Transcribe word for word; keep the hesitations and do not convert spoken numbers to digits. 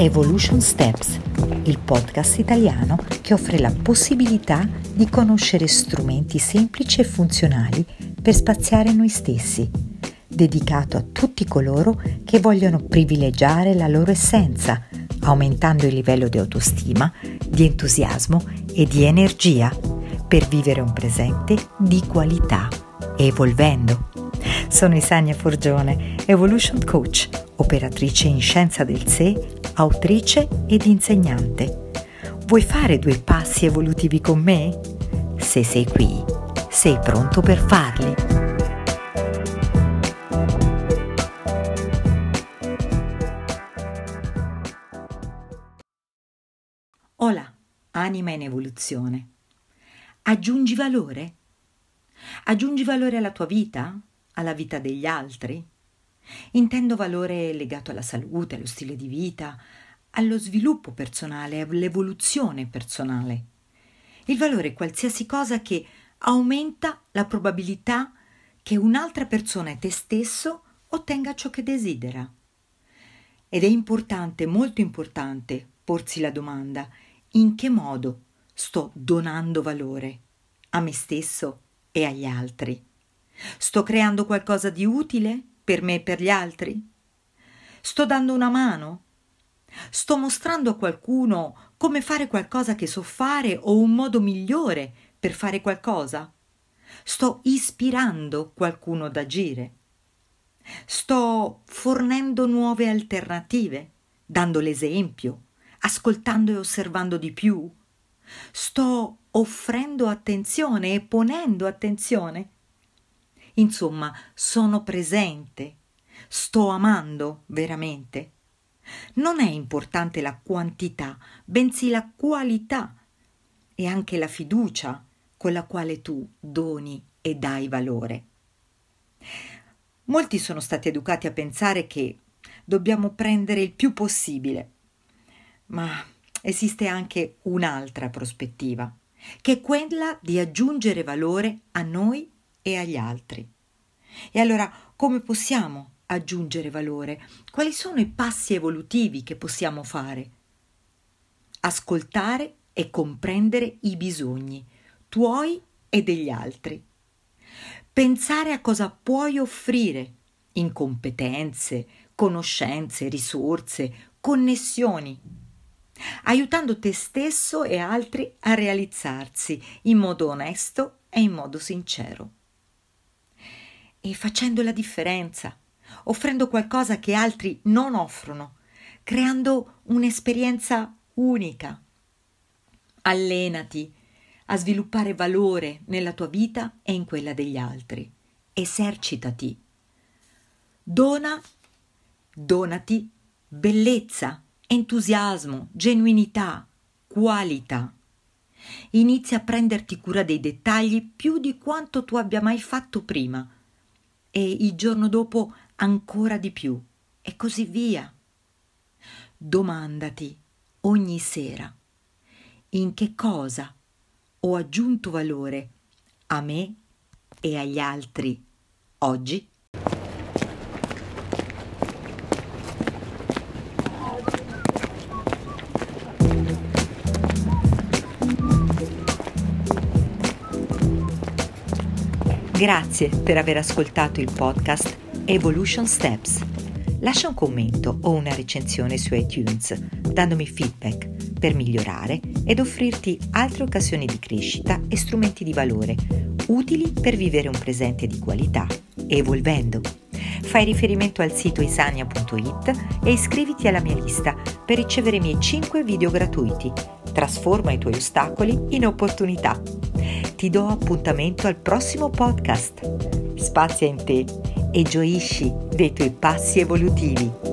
Evolution Steps, il podcast italiano che offre la possibilità di conoscere strumenti semplici e funzionali per spaziare noi stessi, dedicato a tutti coloro che vogliono privilegiare la loro essenza, aumentando il livello di autostima, di entusiasmo e di energia per vivere un presente di qualità, evolvendo. Sono Isania Forgione, Evolution Coach, operatrice in scienza del sé, autrice ed insegnante. Vuoi fare due passi evolutivi con me? Se sei qui, sei pronto per farli. Hola, anima in evoluzione. Aggiungi valore? Aggiungi valore alla tua vita? Alla vita degli altri? Intendo valore legato alla salute, allo stile di vita, allo sviluppo personale, all'evoluzione personale. Il valore è qualsiasi cosa che aumenta la probabilità che un'altra persona e te stesso ottenga ciò che desidera. Ed è importante, molto importante, porsi la domanda: in che modo sto donando valore a me stesso e agli altri? Sto creando qualcosa di utile per me e per gli altri? Sto dando una mano? Sto mostrando a qualcuno come fare qualcosa che so fare o un modo migliore per fare qualcosa? Sto ispirando qualcuno ad agire? Sto fornendo nuove alternative, dando l'esempio, ascoltando e osservando di più? Sto offrendo attenzione e ponendo attenzione? Insomma, sono presente, sto amando veramente. Non è importante la quantità, bensì la qualità e anche la fiducia con la quale tu doni e dai valore. Molti sono stati educati a pensare che dobbiamo prendere il più possibile, ma esiste anche un'altra prospettiva, che è quella di aggiungere valore a noi e agli altri. E allora, come possiamo aggiungere valore? Quali sono i passi evolutivi che possiamo fare? Ascoltare e comprendere i bisogni tuoi e degli altri. Pensare a cosa puoi offrire in competenze, conoscenze, risorse, connessioni, aiutando te stesso e altri a realizzarsi in modo onesto e in modo sincero. E facendo la differenza, offrendo qualcosa che altri non offrono, creando un'esperienza unica. Allenati a sviluppare valore nella tua vita e in quella degli altri. Esercitati. Dona, donati bellezza, entusiasmo, genuinità, qualità. Inizia a prenderti cura dei dettagli più di quanto tu abbia mai fatto prima e il giorno dopo ancora di più e così via. Domandati ogni sera: in che cosa ho aggiunto valore a me e agli altri oggi? Grazie per aver ascoltato il podcast Evolution Steps. Lascia un commento o una recensione su iTunes, dandomi feedback per migliorare ed offrirti altre occasioni di crescita e strumenti di valore utili per vivere un presente di qualità, evolvendo. Fai riferimento al sito isania punto it e iscriviti alla mia lista per ricevere i miei cinque video gratuiti. Trasforma i tuoi ostacoli in opportunità. Ti do appuntamento al prossimo podcast. Spazia in te e gioisci dei tuoi passi evolutivi.